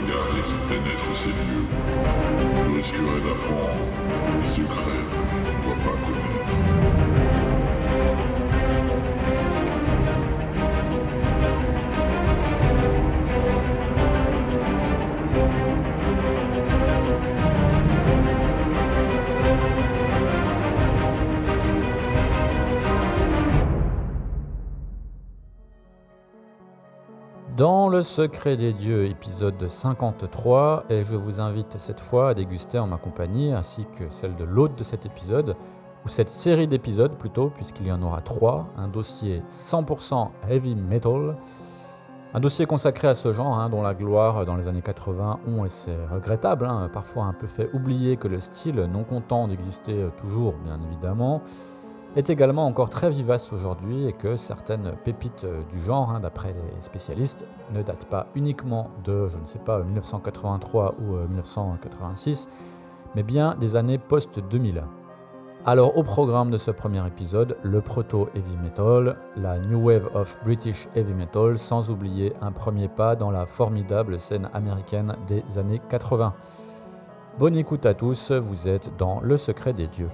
égaré qui pénètre ces lieux, je risquerais d'apprendre des secrets que je ne dois pas connaître. Dans le secret des dieux, épisode 53, et je vous invite cette fois à déguster en ma compagnie, ainsi que celle de l'hôte de cet épisode, ou cette série d'épisodes plutôt, puisqu'il y en aura 3, un dossier 100% heavy metal, un dossier consacré à ce genre, dont la gloire dans les années 80 ont, et c'est regrettable, parfois un peu fait oublier que le style, non content d'exister toujours bien évidemment, est également encore très vivace aujourd'hui et que certaines pépites du genre, d'après les spécialistes, ne datent pas uniquement de, 1983 ou 1986, mais bien des années post-2000. Alors au programme de ce premier épisode, le proto-heavy metal, la New Wave of British Heavy Metal, sans oublier un premier pas dans la formidable scène américaine des années 80. Bonne écoute à tous, vous êtes dans Le Secret des Dieux.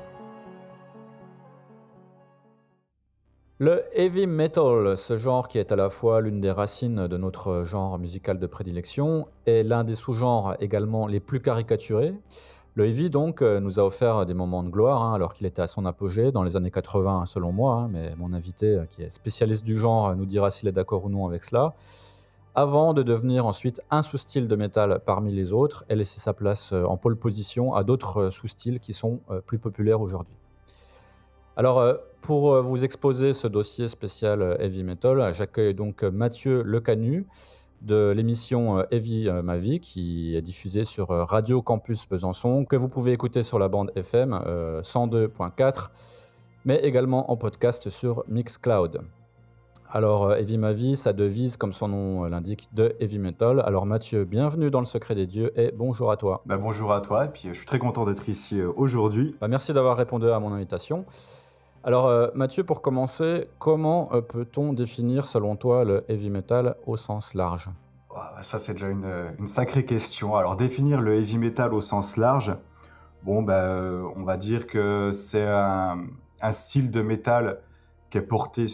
Le heavy metal, ce genre qui est à la fois l'une des racines de notre genre musical de prédilection, est l'un des sous-genres également les plus caricaturés. Le heavy donc nous a offert des moments de gloire alors qu'il était à son apogée dans les années 80 selon moi, mais mon invité qui est spécialiste du genre nous dira s'il est d'accord ou non avec cela, avant de devenir ensuite un sous-style de métal parmi les autres et laisser sa place en pole position à d'autres sous-styles qui sont plus populaires aujourd'hui. Alors, pour vous exposer ce dossier spécial Heavy Metal, j'accueille donc Mathieu Lecanu de l'émission Heavy Ma Vie, qui est diffusée sur Radio Campus Besançon, que vous pouvez écouter sur la bande FM 102.4, mais également en podcast sur Mixcloud. Alors, Heavy Ma Vie, sa devise, comme son nom l'indique, de Heavy Metal. Alors Mathieu, bienvenue dans le Secret des Dieux et bonjour à toi. Bonjour à toi, et puis je suis très content d'être ici aujourd'hui. Merci d'avoir répondu à mon invitation. Alors Mathieu, pour commencer, comment peut-on définir selon toi le heavy metal au sens large ? Ça c'est déjà une sacrée question. Alors définir le heavy metal au sens large, on va dire que c'est un style de métal qui est porté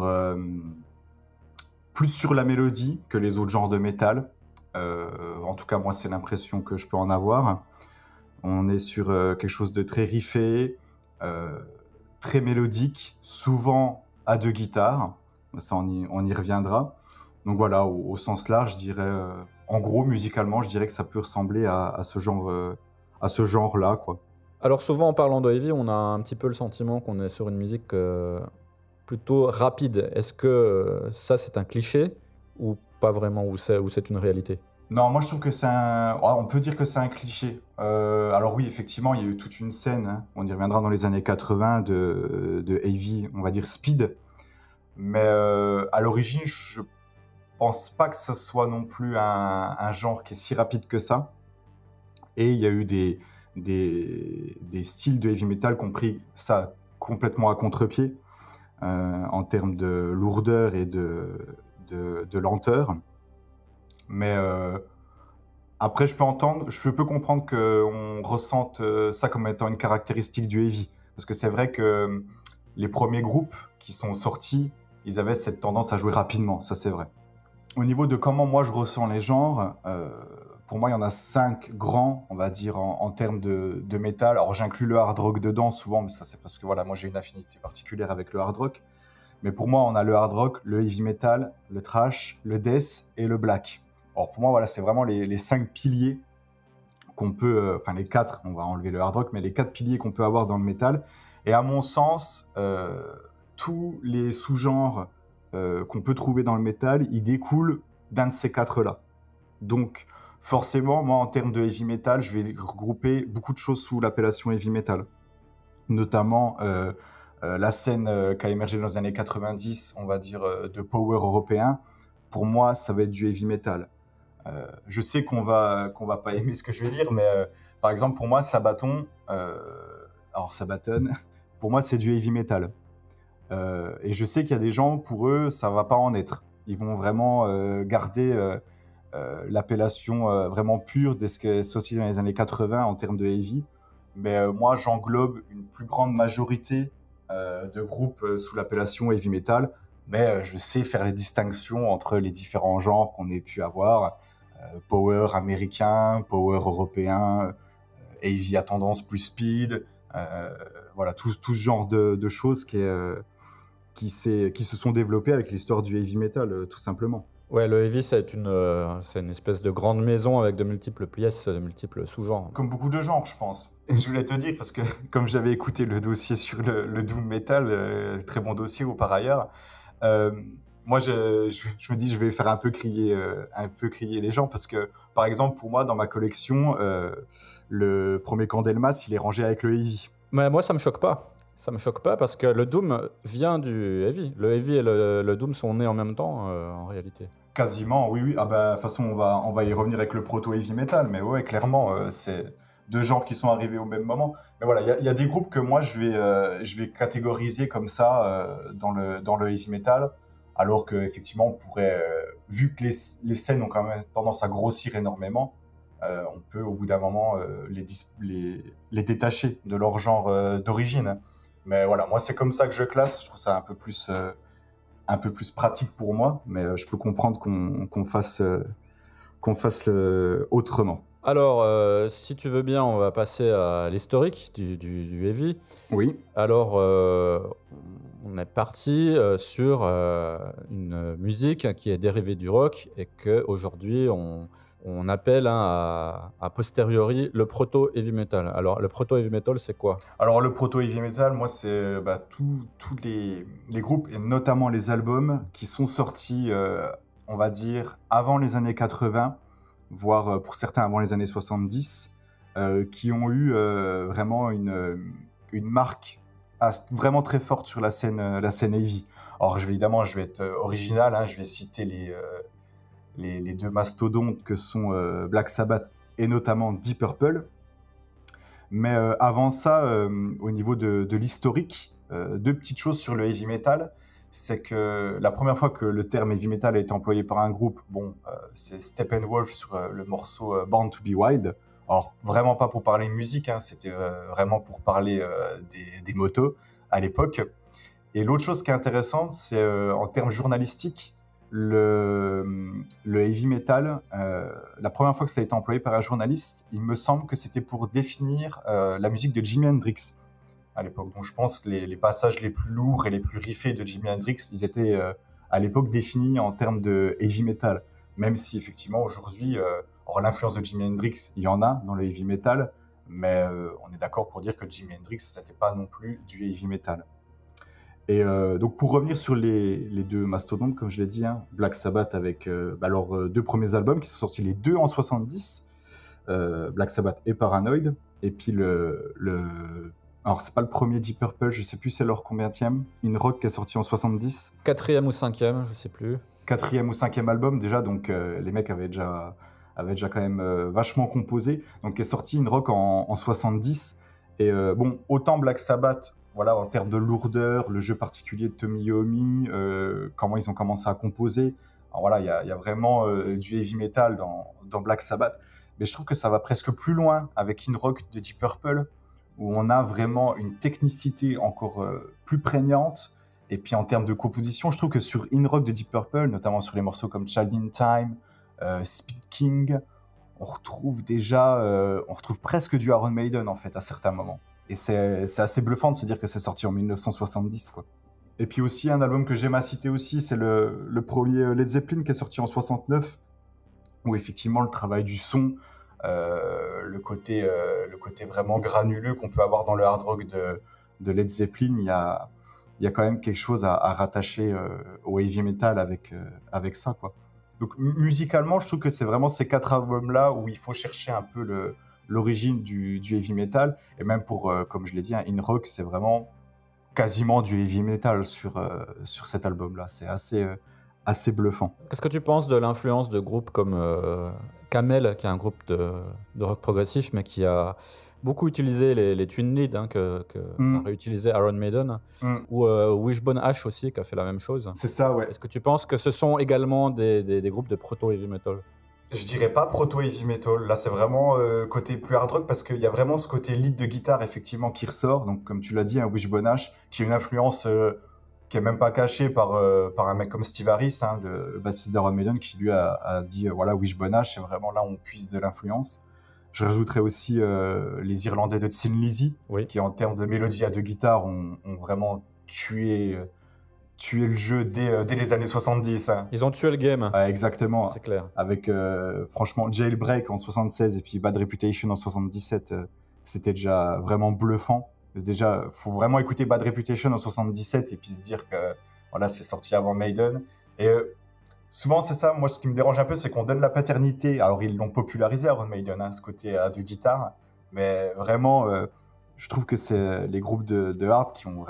plus sur la mélodie que les autres genres de métal. En tout cas moi c'est l'impression que je peux en avoir. On est sur quelque chose de très riffé, très mélodique, souvent à deux guitares. Ça, on y reviendra. Donc voilà, au sens large, je dirais, en gros, musicalement, je dirais que ça peut ressembler à ce genre-là, quoi. Alors souvent en parlant de heavy, on a un petit peu le sentiment qu'on est sur une musique plutôt rapide. Est-ce que ça c'est un cliché ou pas vraiment, ou c'est une réalité ? Non, moi je trouve que on peut dire que c'est un cliché. Alors oui, effectivement, il y a eu toute une scène, on y reviendra dans les années 80, de heavy, on va dire speed. Mais à l'origine, je pense pas que ce soit non plus un genre qui est si rapide que ça. Et il y a eu des styles de heavy metal qui ont pris ça complètement à contre-pied en termes de lourdeur et de lenteur. Mais après, je peux comprendre qu'on ressente ça comme étant une caractéristique du heavy. Parce que c'est vrai que les premiers groupes qui sont sortis, ils avaient cette tendance à jouer rapidement, ça c'est vrai. Au niveau de comment moi je ressens les genres, pour moi il y en a 5 grands, on va dire, en termes de métal. Alors j'inclus le hard rock dedans souvent, mais ça c'est parce que voilà, moi j'ai une affinité particulière avec le hard rock. Mais pour moi on a le hard rock, le heavy metal, le thrash, le death et le black. Alors pour moi voilà, c'est vraiment les 5 piliers qu'on peut, enfin les 4, on va enlever le hard rock, mais les 4 piliers qu'on peut avoir dans le métal. Et à mon sens, tous les sous-genres qu'on peut trouver dans le métal, ils découlent d'un de ces 4-là. Donc forcément, moi en termes de heavy metal, je vais regrouper beaucoup de choses sous l'appellation heavy metal. Notamment la scène qui a émergé dans les années 90, on va dire, de power européen. Pour moi, ça va être du heavy metal. Je sais qu'on va pas aimer ce que je vais dire, mais par exemple, pour moi, Sabaton, pour moi, c'est du heavy metal. Et je sais qu'il y a des gens, pour eux, ça va pas en être. Ils vont vraiment garder l'appellation vraiment pure de ce qui est sorti dans les années 80 en termes de heavy. Mais moi, j'englobe une plus grande majorité de groupes sous l'appellation heavy metal. Mais je sais faire les distinctions entre les différents genres qu'on ait pu avoir. Power américain, power européen, heavy à tendance plus speed. Voilà, tout ce genre de choses qui se sont développées avec l'histoire du heavy metal, tout simplement. Ouais, le heavy, c'est une espèce de grande maison avec de multiples pièces, de multiples sous-genres. Comme beaucoup de genres, je pense. Et je voulais te dire, parce que comme j'avais écouté le dossier sur le doom metal, très bon dossier par ailleurs, moi je me dis je vais faire un peu crier les gens, parce que par exemple pour moi dans ma collection, le premier Candlemas il est rangé avec le heavy. Mais moi, ça me choque pas. Ça me choque pas parce que le doom vient du heavy. Le heavy et le doom sont nés en même temps, en réalité. Quasiment, oui. Ah bah, de toute façon, on va y revenir avec le proto-heavy metal, mais ouais, clairement, c'est deux genres qui sont arrivés au même moment. Mais voilà, il y a des groupes que moi, je vais catégoriser comme ça dans le heavy metal, alors qu'effectivement, on pourrait, vu que les scènes ont quand même tendance à grossir énormément, on peut, au bout d'un moment, les détacher de leur genre d'origine. Mais voilà, moi, c'est comme ça que je classe. Je trouve ça un peu plus pratique pour moi, mais je peux comprendre qu'on fasse autrement. Alors, si tu veux bien, on va passer à l'historique du heavy. Oui. Alors, on est parti sur une musique qui est dérivée du rock et qu'aujourd'hui, on appelle a posteriori le proto-heavy metal. Alors, le proto-heavy metal, c'est quoi? Alors, le proto-heavy metal, moi, c'est tous les groupes, et notamment les albums, qui sont sortis, on va dire, avant les années 80, voire pour certains avant les années 70, qui ont eu vraiment une marque vraiment très forte sur la scène heavy. Alors, évidemment, je vais être original, hein, je vais citer les deux mastodontes que sont Black Sabbath et notamment Deep Purple. Mais avant ça, au niveau de l'historique, deux petites choses sur le heavy metal. C'est que la première fois que le terme heavy metal a été employé par un groupe, c'est Steppenwolf sur le morceau Born to Be Wild. Alors, vraiment pas pour parler musique, hein, c'était vraiment pour parler des motos à l'époque. Et l'autre chose qui est intéressante, c'est en termes journalistiques, le heavy metal, la première fois que ça a été employé par un journaliste, il me semble que c'était pour définir la musique de Jimi Hendrix à l'époque. Donc je pense les passages les plus lourds et les plus riffés de Jimi Hendrix, ils étaient à l'époque définis en termes de heavy metal. Même si effectivement aujourd'hui, l'influence de Jimi Hendrix, il y en a dans le heavy metal, mais on est d'accord pour dire que Jimi Hendrix, c'était pas non plus du heavy metal. Et donc pour revenir sur les deux mastodontes, comme je l'ai dit, hein, Black Sabbath avec leurs deux premiers albums qui sont sortis les deux en 70, Black Sabbath et Paranoid, et puis alors c'est pas le premier Deep Purple, je sais plus c'est leur combienième, In Rock qui est sorti en 70. 4e ou 5e, je sais plus. 4e ou 5e album déjà, donc les mecs avaient déjà quand même vachement composé, donc qui est sorti In Rock en 70. Et autant Black Sabbath, voilà, en termes de lourdeur, le jeu particulier de Tommy Iommi, comment ils ont commencé à composer. Alors voilà, il y a vraiment du heavy metal dans Black Sabbath, mais je trouve que ça va presque plus loin avec In Rock de Deep Purple, où on a vraiment une technicité encore plus prégnante. Et puis en termes de composition, je trouve que sur In Rock de Deep Purple, notamment sur les morceaux comme Child in Time, Speed King, on retrouve presque du Iron Maiden en fait à certains moments. Et c'est assez bluffant de se dire que c'est sorti en 1970, quoi. Et puis aussi un album que j'aime à citer aussi, c'est le premier Led Zeppelin qui est sorti en 69, où effectivement le travail du son, le côté vraiment granuleux qu'on peut avoir dans le hard rock de Led Zeppelin, il y a quand même quelque chose à rattacher au heavy metal avec ça, quoi. Donc musicalement, je trouve que c'est vraiment ces 4 albums-là où il faut chercher un peu l'origine du heavy metal. Et même pour, comme je l'ai dit, hein, In Rock, c'est vraiment quasiment du heavy metal sur cet album-là. C'est assez bluffant. Qu'est-ce que tu penses de l'influence de groupes comme Camel, qui est un groupe de rock progressif, mais qui a beaucoup utilisé les Twin Lead, hein, que a réutilisé Iron Maiden, ou Wishbone Ash aussi, qui a fait la même chose. C'est ça, ouais. Est-ce que tu penses que ce sont également des groupes de proto-heavy metal? Je dirais pas proto heavy metal. Là, c'est vraiment côté plus hard rock parce qu'il y a vraiment ce côté lead de guitare effectivement qui ressort. Donc, comme tu l'as dit, un Wishbone Ash qui est une influence qui est même pas cachée par un mec comme Steve Harris, hein, le bassiste d'Iron Maiden, qui lui a dit voilà, Wishbone Ash, c'est vraiment là où on puise de l'influence. Je rajouterais aussi les Irlandais de Thin Lizzy, Oui. qui en termes de mélodie à deux guitares ont vraiment tué le jeu dès les années 70. Hein. Ils ont tué le game. Ouais, exactement. C'est clair. Avec franchement Jailbreak en 76 et puis Bad Reputation en 77, c'était déjà vraiment bluffant. Déjà, faut vraiment écouter Bad Reputation en 77 et puis se dire que voilà, c'est sorti avant Maiden. Et souvent, c'est ça. Moi, ce qui me dérange un peu, c'est qu'on donne la paternité. Alors, ils l'ont popularisé Iron Maiden, hein, ce côté à deux guitares. Mais vraiment, je trouve que c'est les groupes de hard qui ont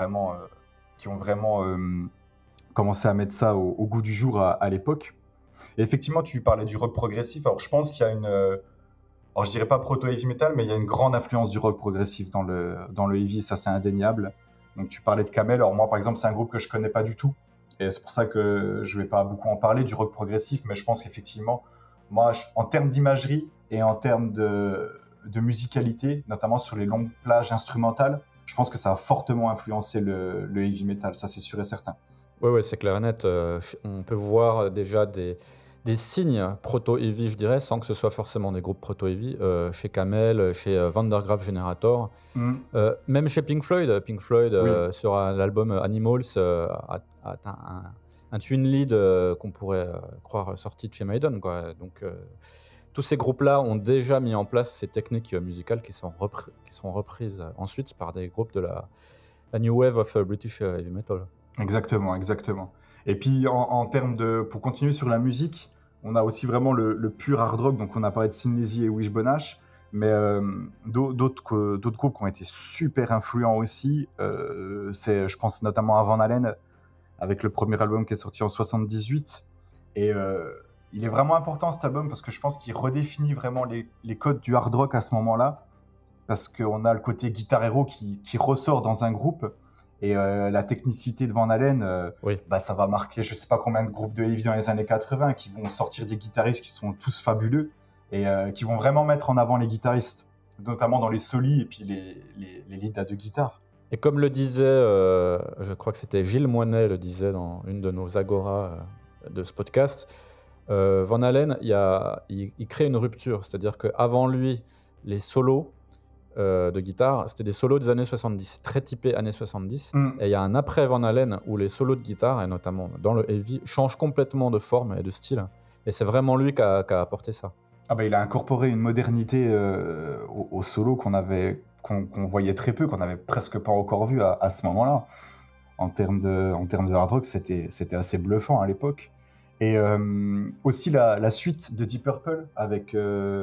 vraiment commencé à mettre ça au goût du jour à l'époque. Et effectivement, tu parlais du rock progressif. Alors, je pense qu'il y a alors je dirais pas proto-heavy metal, mais il y a une grande influence du rock progressif dans le heavy, ça c'est indéniable. Donc, tu parlais de Camel. Alors, moi, par exemple, c'est un groupe que je connais pas du tout. Et c'est pour ça que je vais pas beaucoup en parler du rock progressif, mais je pense qu'effectivement, moi, en termes d'imagerie et en termes de musicalité, notamment sur les longues plages instrumentales, je pense que ça a fortement influencé le heavy metal, ça c'est sûr et certain. Oui, c'est clair et net. On peut voir déjà des signes proto-heavy, je dirais, sans que ce soit forcément des groupes proto-heavy, chez Camel, chez Vandergraaf Generator, même chez Pink Floyd. Pink Floyd, Oui. sur l'album Animals, a atteint un twin lead qu'on pourrait croire sorti de chez Maiden, quoi. Donc, tous ces groupes-là ont déjà mis en place ces techniques musicales qui sont reprises ensuite par des groupes de la New Wave of British Heavy Metal. Exactement. Et puis en termes pour continuer sur la musique, on a aussi vraiment le pur hard rock, donc on a parlé de Thin Lizzy et Wishbone Ash, mais d'autres groupes qui ont été super influents aussi, je pense notamment à Van Halen, avec le premier album qui est sorti en 78, et il est vraiment important cet album parce que je pense qu'il redéfinit vraiment les codes du hard rock à ce moment-là, parce qu'on a le côté guitar hero qui ressort dans un groupe. Et la technicité de Van Halen, Oui. Ça va marquer je sais pas combien de groupes de heavy dans les années 80 qui vont sortir des guitaristes qui sont tous fabuleux et qui vont vraiment mettre en avant les guitaristes, notamment dans les solis et puis les leads à deux guitares. Et comme le disait, je crois que c'était Gilles Moinet le disait dans une de nos agoras de ce podcast, Van Halen, il crée une rupture. C'est-à-dire qu'avant lui, les solos de guitare, c'était des solos des années 70, très typés années 70. Et il y a un après Van Halen où les solos de guitare, et notamment dans le heavy, changent complètement de forme et de style. Et c'est vraiment lui qui a apporté ça. Il a incorporé une modernité au solo qu'on voyait très peu, qu'on n'avait presque pas encore vu à ce moment-là. En termes de hard rock, c'était assez bluffant à l'époque. Et aussi la suite de Deep Purple avec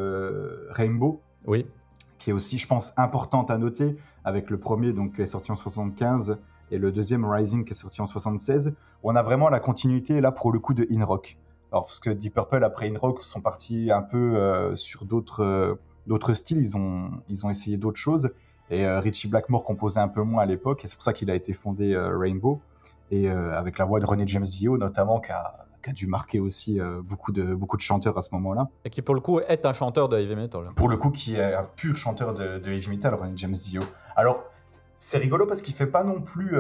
Rainbow. Oui. Qui est aussi, je pense, importante à noter, avec le premier donc, qui est sorti en 75 et le deuxième, Rising, qui est sorti en 76, où on a vraiment la continuité, là, pour le coup, de In Rock. Alors, parce que Deep Purple, après In Rock, sont partis un peu sur d'autres styles, ils ont essayé d'autres choses, et Ritchie Blackmore composait un peu moins à l'époque, et c'est pour ça qu'il a été fondé Rainbow, et avec la voix de Ronnie James Dio, notamment, qui a dû marquer aussi beaucoup de chanteurs à ce moment-là. Et qui, pour le coup, est un chanteur de heavy metal. Pour le coup, qui est un pur chanteur de heavy metal, Ronnie James Dio. Alors, c'est rigolo parce qu'il fait pas non plus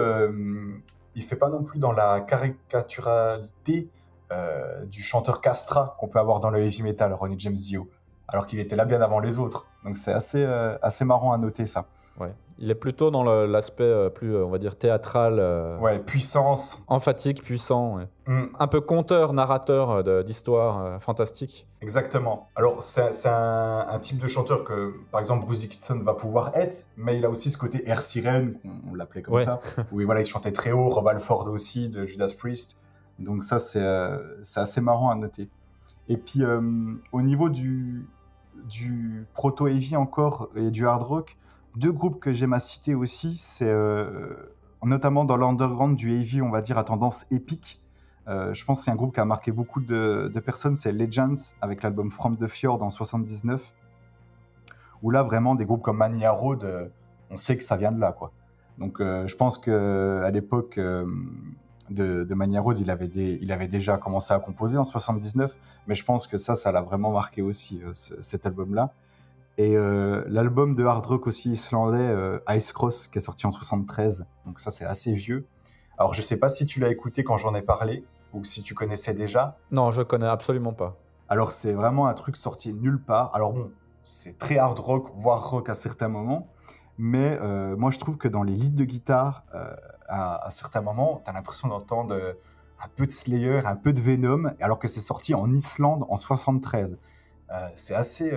dans la caricaturalité du chanteur Castra qu'on peut avoir dans le heavy metal, Ronnie James Dio. Alors qu'il était là bien avant les autres. Donc c'est assez marrant à noter ça. Ouais. Il est plutôt dans l'aspect plus, on va dire, théâtral. Puissance. Emphatique, puissant. Ouais. Un peu conteur, narrateur d'histoires fantastiques. Exactement. Alors, c'est un type de chanteur que, par exemple, Bruce Dickinson va pouvoir être, mais il a aussi ce côté air sirène, on l'appelait comme ça, où il chantait très haut, Rob Halford aussi, de Judas Priest. Donc ça, c'est assez marrant à noter. Et puis, au niveau du proto-heavy encore et du hard rock, deux groupes que j'aime à citer aussi, c'est notamment dans l'underground du heavy, on va dire, à tendance épique. Je pense qu'il y a un groupe qui a marqué beaucoup de personnes, c'est Legends, avec l'album From the Fjord en 79, où là, vraiment, des groupes comme Mania Road, on sait que ça vient de là, quoi. Donc, je pense qu'à l'époque, de Mania Road, il avait déjà commencé à composer en 79, mais je pense que ça l'a vraiment marqué aussi, cet album-là. Et l'album de hard rock aussi islandais, Ice Cross, qui est sorti en 73, donc ça c'est assez vieux. Alors je sais pas si tu l'as écouté quand j'en ai parlé, ou si tu connaissais déjà. Non, je connais absolument pas. Alors c'est vraiment un truc sorti de nulle part. Alors bon, c'est très hard rock, voire rock à certains moments, mais moi je trouve que dans les leads de guitare, à certains moments, t'as l'impression d'entendre un peu de Slayer, un peu de Venom, alors que c'est sorti en Islande en 73. C'est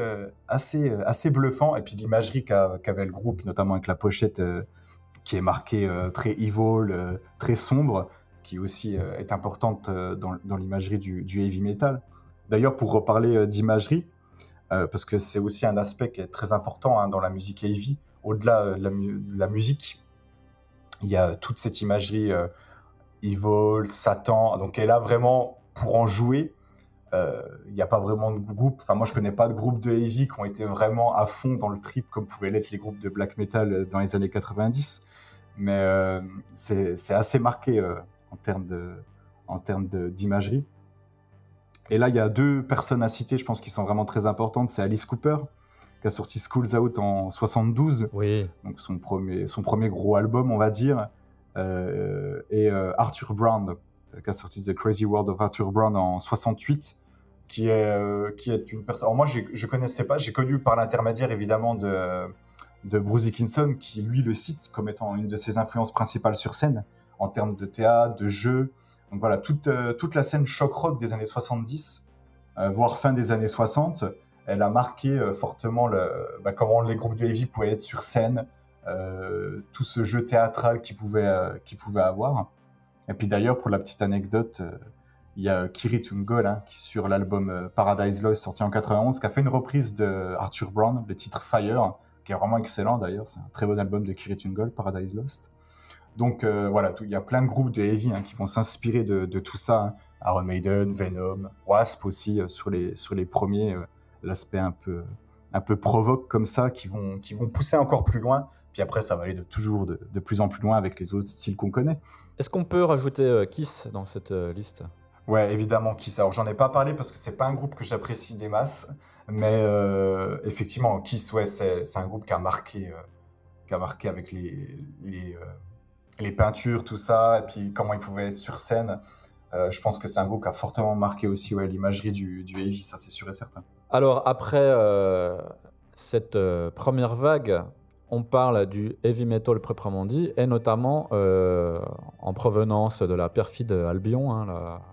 assez bluffant. Et puis l'imagerie qu'avait le groupe, notamment avec la pochette qui est marquée très evil, très sombre, qui aussi est importante dans l'imagerie du heavy metal. D'ailleurs, pour reparler d'imagerie, parce que c'est aussi un aspect qui est très important dans la musique heavy, au-delà de la musique, il y a toute cette imagerie evil, Satan, donc elle est là vraiment pour en jouer. Il n'y a pas vraiment de groupe, enfin moi je connais pas de groupe de heavy qui ont été vraiment à fond dans le trip comme pouvaient l'être les groupes de black metal dans les années 90, mais c'est assez marqué en termes d'imagerie. Et là il y a deux personnes à citer, je pense, qui sont vraiment très importantes. C'est Alice Cooper, qui a sorti Schools Out en 72, Oui. donc son premier gros album, on va dire, et Arthur Brown, qui a sorti The Crazy World of Arthur Brown en 68, qui est une personne... Alors moi, je connaissais pas, j'ai connu par l'intermédiaire, évidemment, de Bruce Dickinson, qui, lui, le cite comme étant une de ses influences principales sur scène, en termes de théâtre, de jeu. Donc voilà, toute la scène choc-rock des années 70, voire fin des années 60, elle a marqué fortement comment les groupes de heavy pouvaient être sur scène, tout ce jeu théâtral qu'ils pouvaient avoir. Et puis d'ailleurs, pour la petite anecdote, il y a Kiri Tungol, qui sur l'album Paradise Lost, sorti en 91, qui a fait une reprise de Arthur Brown, le titre Fire, qui est vraiment excellent d'ailleurs. C'est un très bon album de Kiri Tungol, Paradise Lost. Donc voilà, il y a plein de groupes de heavy qui vont s'inspirer de tout ça. Iron Maiden, Venom, Wasp aussi, sur les premiers, l'aspect un peu provoque comme ça, qui vont pousser encore plus loin. Puis après, ça va aller toujours de plus en plus loin avec les autres styles qu'on connaît. Est-ce qu'on peut rajouter Kiss dans cette liste ? Ouais, évidemment, Kiss. Alors, j'en ai pas parlé parce que c'est pas un groupe que j'apprécie des masses, mais effectivement, Kiss, ouais, c'est un groupe qui a marqué avec les peintures, tout ça, et puis comment ils pouvaient être sur scène. Je pense que c'est un groupe qui a fortement marqué aussi l'imagerie du heavy, ça c'est sûr et certain. Alors, après cette première vague, on parle du heavy metal proprement dit, et notamment en provenance de la perfide Albion,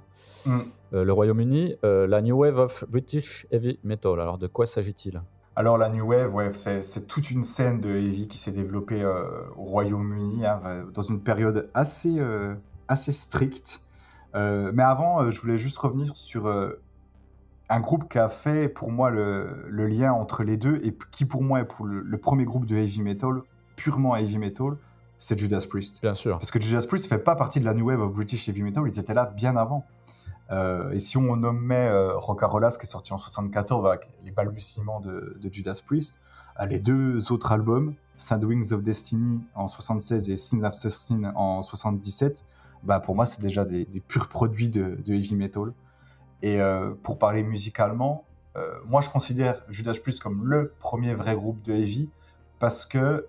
le Royaume-Uni, la New Wave of British Heavy Metal. Alors, de quoi s'agit-il ? Alors la New Wave, ouais, c'est toute une scène de heavy qui s'est développée au Royaume-Uni dans une période assez stricte. Mais avant, je voulais juste revenir sur un groupe qui a fait pour moi le lien entre les deux et qui pour moi est pour le premier groupe de heavy metal, purement heavy metal, c'est Judas Priest. Bien sûr. Parce que Judas Priest fait pas partie de la New Wave of British Heavy Metal, ils étaient là bien avant. Et si on nommait Rock'n'Rollaz, qui est sorti en 74 avec les balbutiements de Judas Priest, les deux autres albums, Sad Wings of Destiny en 76 et Sin After Sin en 77, pour moi c'est déjà des purs produits de heavy metal. Et pour parler musicalement, moi je considère Judas Priest comme le premier vrai groupe de heavy, parce que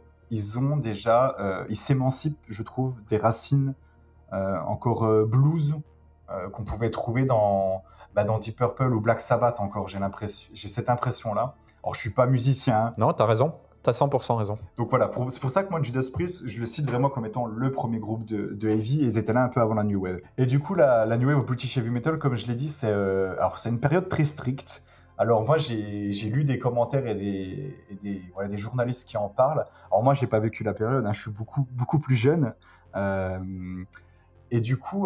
ils s'émancipent, je trouve, des racines encore blues, qu'on pouvait trouver dans Deep Purple ou Black Sabbath encore, j'ai cette impression-là. Alors, je suis pas musicien. Non, t'as raison, t'as 100% raison. Donc voilà, c'est pour ça que moi, Judas Priest, je le cite vraiment comme étant le premier groupe de heavy, et ils étaient là un peu avant la New Wave. Et du coup, la New Wave of British Heavy Metal, comme je l'ai dit, c'est une période très stricte. Alors moi, j'ai lu des commentaires et des journalistes qui en parlent. Alors moi, j'ai pas vécu la période, je suis beaucoup plus jeune. Et du coup...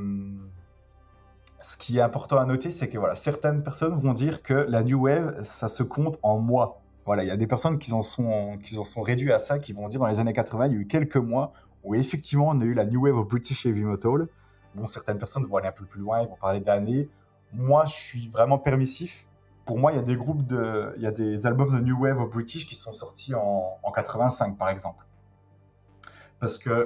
ce qui est important à noter, c'est que certaines personnes vont dire que la New Wave, ça se compte en mois. Voilà, il y a des personnes qui en sont réduits à ça, qui vont dire dans les années 80, il y a eu quelques mois où effectivement on a eu la New Wave of British Heavy Metal. Bon, certaines personnes vont aller un peu plus loin, ils vont parler d'années. Moi, je suis vraiment permissif. Pour moi, il y a des albums de New Wave of British qui sont sortis en 85, par exemple. Parce que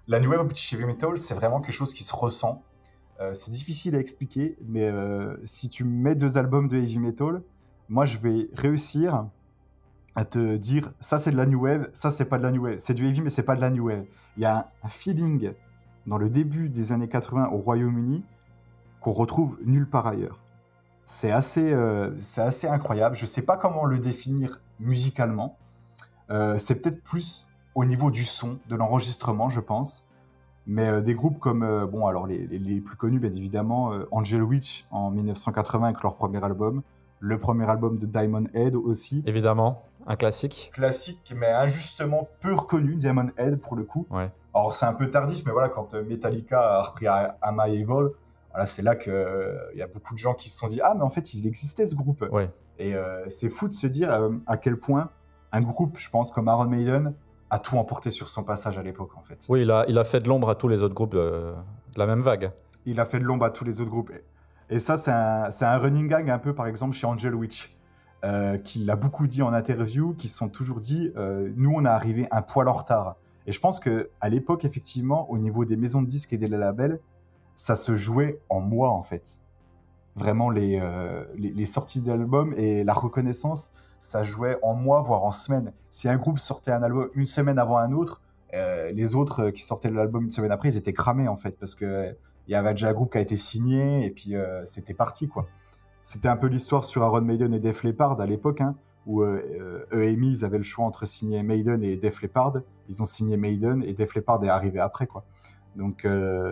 La New Wave au British Heavy Metal, c'est vraiment quelque chose qui se ressent. C'est difficile à expliquer, mais si tu mets 2 albums de Heavy Metal, moi, je vais réussir à te dire ça c'est de la new wave, ça c'est pas de la new wave, c'est du heavy mais c'est pas de la new wave. Il y a un feeling dans le début des années 80 au Royaume-Uni qu'on retrouve nulle part ailleurs. C'est assez incroyable. Je sais pas comment le définir musicalement. C'est peut-être plus au niveau du son, de l'enregistrement, je pense. Mais des groupes comme alors les plus connus bien évidemment, Angel Witch en 1980 avec leur premier album. Le premier album de Diamond Head aussi. Évidemment, un classique. Classique, mais injustement peu reconnu, Diamond Head, pour le coup. Ouais. Alors, c'est un peu tardif, mais voilà, quand Metallica a repris Am I Evil, voilà, c'est là qu'il y a beaucoup de gens qui se sont dit « Ah, mais en fait, il existait ce groupe Ouais. ». Et c'est fou de se dire à quel point un groupe, je pense, comme Iron Maiden, a tout emporté sur son passage à l'époque, en fait. Oui, il a fait de l'ombre à tous les autres groupes de la même vague. Il a fait de l'ombre à tous les autres groupes. Et ça, c'est un running gag un peu, par exemple, chez Angel Witch, qui l'a beaucoup dit en interview, qui se sont toujours dit nous, on est arrivé un poil en retard. Et je pense qu'à l'époque, effectivement, au niveau des maisons de disques et des labels, ça se jouait en mois, en fait. Vraiment, les sorties d'albums et la reconnaissance, ça jouait en mois, voire en semaines. Si un groupe sortait un album une semaine avant un autre, les autres qui sortaient l'album une semaine après, ils étaient cramés, en fait, parce que il y avait déjà un groupe qui a été signé et puis c'était parti, quoi. C'était un peu l'histoire sur Iron Maiden et Def Leppard à l'époque, hein, où EMI, ils avaient le choix entre signer Maiden et Def Leppard. Ils ont signé Maiden et Def Leppard est arrivé après, quoi. Donc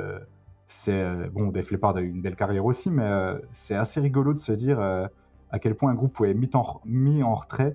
bon, Def Leppard a eu une belle carrière aussi, mais c'est assez rigolo de se dire à quel point un groupe pouvait être mis en retrait,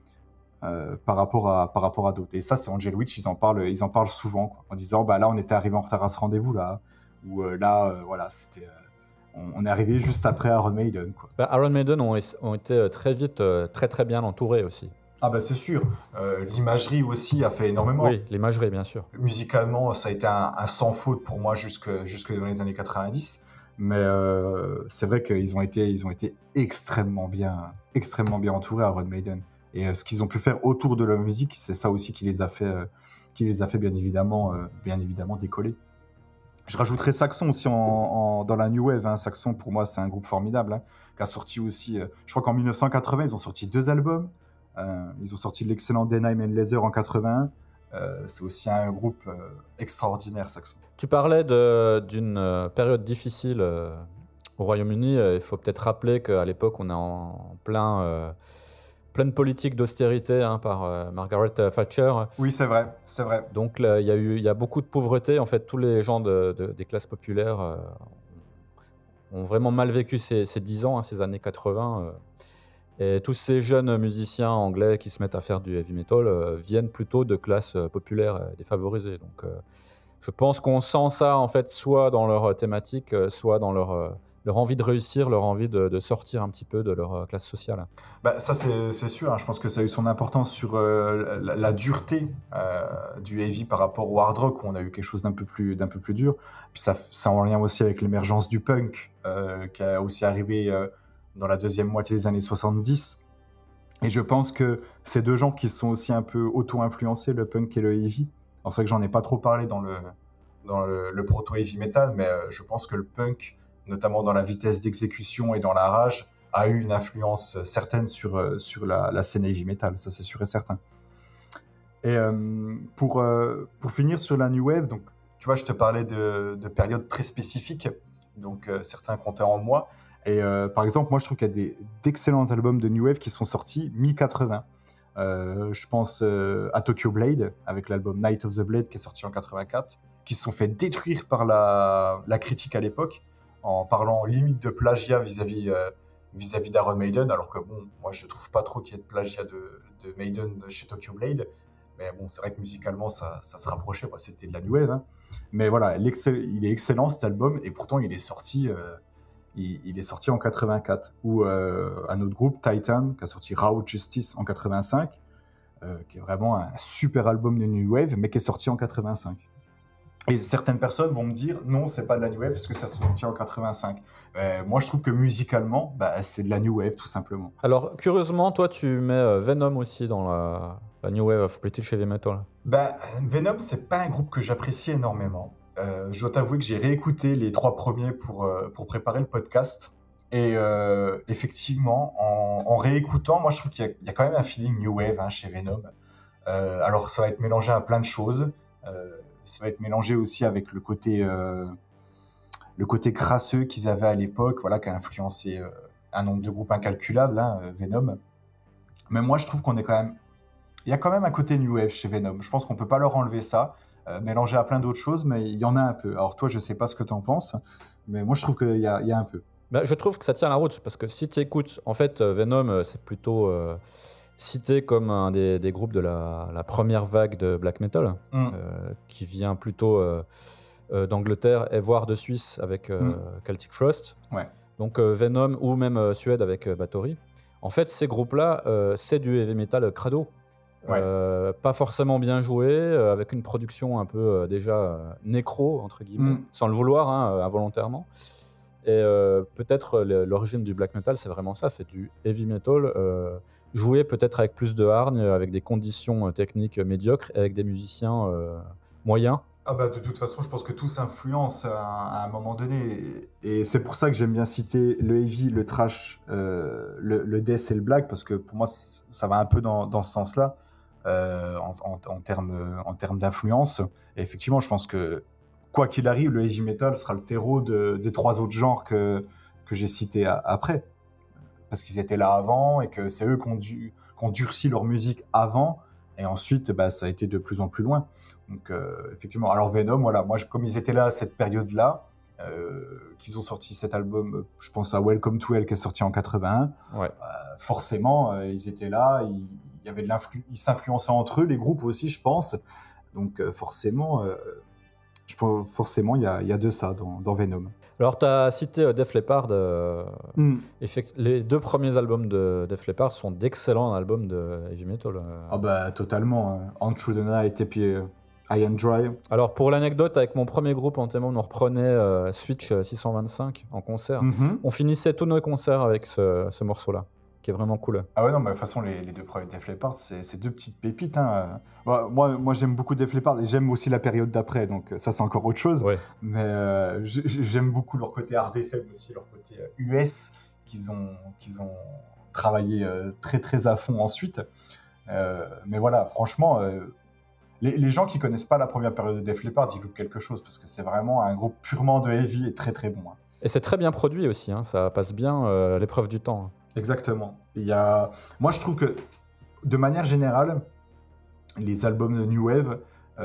par rapport à d'autres. Et ça, c'est Angel Witch, ils en parlent souvent, quoi, en disant bah là, on était arrivé en retard à ce rendez-vous là. Où voilà, c'était, on est arrivé juste après Iron Maiden, quoi. Bah, Iron Maiden ont été très vite très très bien entourés aussi. Ah bah c'est sûr, l'imagerie aussi a fait énormément. Oui, l'imagerie bien sûr. Musicalement, ça a été un sans faute pour moi jusque dans les années 90, mais c'est vrai qu'ils ont été extrêmement bien entourés, Iron Maiden. Et ce qu'ils ont pu faire autour de leur musique, c'est ça aussi qui les a fait bien évidemment décoller. Je rajouterais Saxon aussi dans la New Wave, hein. Saxon, pour moi, c'est un groupe formidable, hein, qui a sorti aussi... je crois qu'en 1980, ils ont sorti 2 albums. Ils ont sorti l'excellent Denheim and Laser en 81. C'est aussi un groupe extraordinaire, Saxon. Tu parlais d'une période difficile au Royaume-Uni. Il faut peut-être rappeler qu'à l'époque, on est en pleine politique d'austérité, hein, par Margaret Thatcher. Oui, c'est vrai. Donc il y a beaucoup de pauvreté. En fait, tous les gens des classes populaires ont vraiment mal vécu ces 10 ans, hein, ces années 80. Et tous ces jeunes musiciens anglais qui se mettent à faire du heavy metal viennent plutôt de classes populaires défavorisées. Donc je pense qu'on sent ça, en fait, soit dans leur thématique, soit dans leur envie de réussir, leur envie de sortir un petit peu de leur classe sociale. Bah, ça, c'est sûr, hein. Je pense que ça a eu son importance sur la dureté du heavy par rapport au hard rock, où on a eu quelque chose d'un peu plus dur. Puis ça en lien aussi avec l'émergence du punk, qui a aussi arrivé dans la deuxième moitié des années 70. Et je pense que ces 2 genres qui sont aussi un peu auto-influencés, le punk et le heavy. Alors c'est vrai que j'en ai pas trop parlé dans le proto-heavy metal, mais je pense que le punk, notamment dans la vitesse d'exécution et dans la rage, a eu une influence certaine sur la scène heavy metal, ça c'est sûr et certain. Et pour finir sur la New Wave, donc, tu vois, je te parlais de périodes très spécifiques, donc certains comptaient en mois. Et par exemple, moi je trouve qu'il y a d'excellents albums de New Wave qui sont sortis mi-80. Je pense à Tokyo Blade, avec l'album Night of the Blade qui est sorti en 84, qui se sont fait détruire par la critique à l'époque, en parlant limite de plagiat vis-à-vis d'Iron Maiden, alors que bon, moi je trouve pas trop qu'il y ait de plagiat de Maiden chez Tokyo Blade, mais bon, c'est vrai que musicalement ça se rapprochait, c'était de la New Wave, hein. Mais voilà, il est excellent cet album, et pourtant il est sorti en 84, ou un autre groupe, Titan, qui a sorti Raw Justice en 85, qui est vraiment un super album de New Wave, mais qui est sorti en 85. Et certaines personnes vont me dire, non, c'est pas de la New Wave, parce que ça s'est sorti en 85. Moi, je trouve que musicalement, c'est de la New Wave, tout simplement. Alors, curieusement, toi, tu mets Venom aussi dans La New Wave of British Heavy Metal. Ben, Venom, c'est pas un groupe que j'apprécie énormément. Je dois t'avouer que j'ai réécouté les 3 premiers pour préparer le podcast. Et effectivement, en réécoutant, moi je trouve qu'il y a quand même un feeling New Wave chez Venom. Alors ça va être mélangé à plein de choses. Ça va être mélangé aussi avec le côté crasseux qu'ils avaient à l'époque, voilà, qui a influencé un nombre de groupes incalculable, Venom. Mais moi je trouve qu'on est quand même... Il y a quand même un côté New Wave chez Venom. Je pense qu'on peut pas leur enlever ça, mélangé à plein d'autres choses, mais il y en a un peu. Alors toi, je sais pas ce que tu en penses, mais moi je trouve qu'il y a un peu. Bah, je trouve que ça tient la route parce que si tu écoutes, en fait, Venom, c'est plutôt cité comme un des groupes de la première vague de black metal, qui vient plutôt d'Angleterre et voire de Suisse avec Celtic Frost. Ouais. Donc Venom ou même Suède avec Bathory. En fait, ces groupes-là, c'est du heavy metal crado. Ouais. Pas forcément bien joué, avec une production un peu déjà nécro, entre guillemets, sans le vouloir, involontairement. Et peut-être l'origine du black metal, c'est vraiment ça, c'est du heavy metal joué peut-être avec plus de hargne, avec des conditions techniques médiocres, et avec des musiciens moyens. Ah bah de toute façon, je pense que tout s'influence à un moment donné. Et c'est pour ça que j'aime bien citer le heavy, le thrash, le death et le black, parce que pour moi, ça va un peu dans ce sens-là, en termes d'influence. Et effectivement, je pense que quoi qu'il arrive, le heavy metal sera le terreau des 3 autres genres que j'ai cités après. Parce qu'ils étaient là avant et que c'est eux qui ont durci leur musique avant. Et ensuite, bah, ça a été de plus en plus loin. Donc, effectivement. Alors, Venom, voilà, moi, comme ils étaient là à cette période-là, qu'ils ont sorti cet album, je pense à Welcome to Hell qui est sorti en 81, Ouais. forcément, ils étaient là, il y avait ils s'influençaient entre eux, les groupes aussi, je pense. Donc, forcément, il y a de ça dans Venom. Alors, tu as cité Def Leppard. Les 2 premiers albums de Def Leppard sont d'excellents albums de heavy metal. Ah bah totalement. On Through the Night et puis High and Dry. Alors, pour l'anecdote, avec mon premier groupe en témoin, on reprenait Switch 625 en concert. On finissait tous nos concerts avec ce morceau-là, qui est vraiment cool. Ah ouais, non, mais de toute façon, les 2 premiers Def Leppard, c'est 2 petites pépites. Moi, j'aime beaucoup Def Leppard et j'aime aussi la période d'après, donc ça, c'est encore autre chose. Ouais. Mais j'aime beaucoup leur côté hard FM aussi, leur côté US, qu'ils ont travaillé très, très à fond ensuite. Mais voilà, franchement... Les gens qui connaissent pas la première période de Def Leppard, ils loupent quelque chose, parce que c'est vraiment un groupe purement de heavy et très très bon. Et c'est très bien produit aussi, ça passe bien l'épreuve du temps. Exactement. Moi, je trouve que, de manière générale, les albums de New Wave,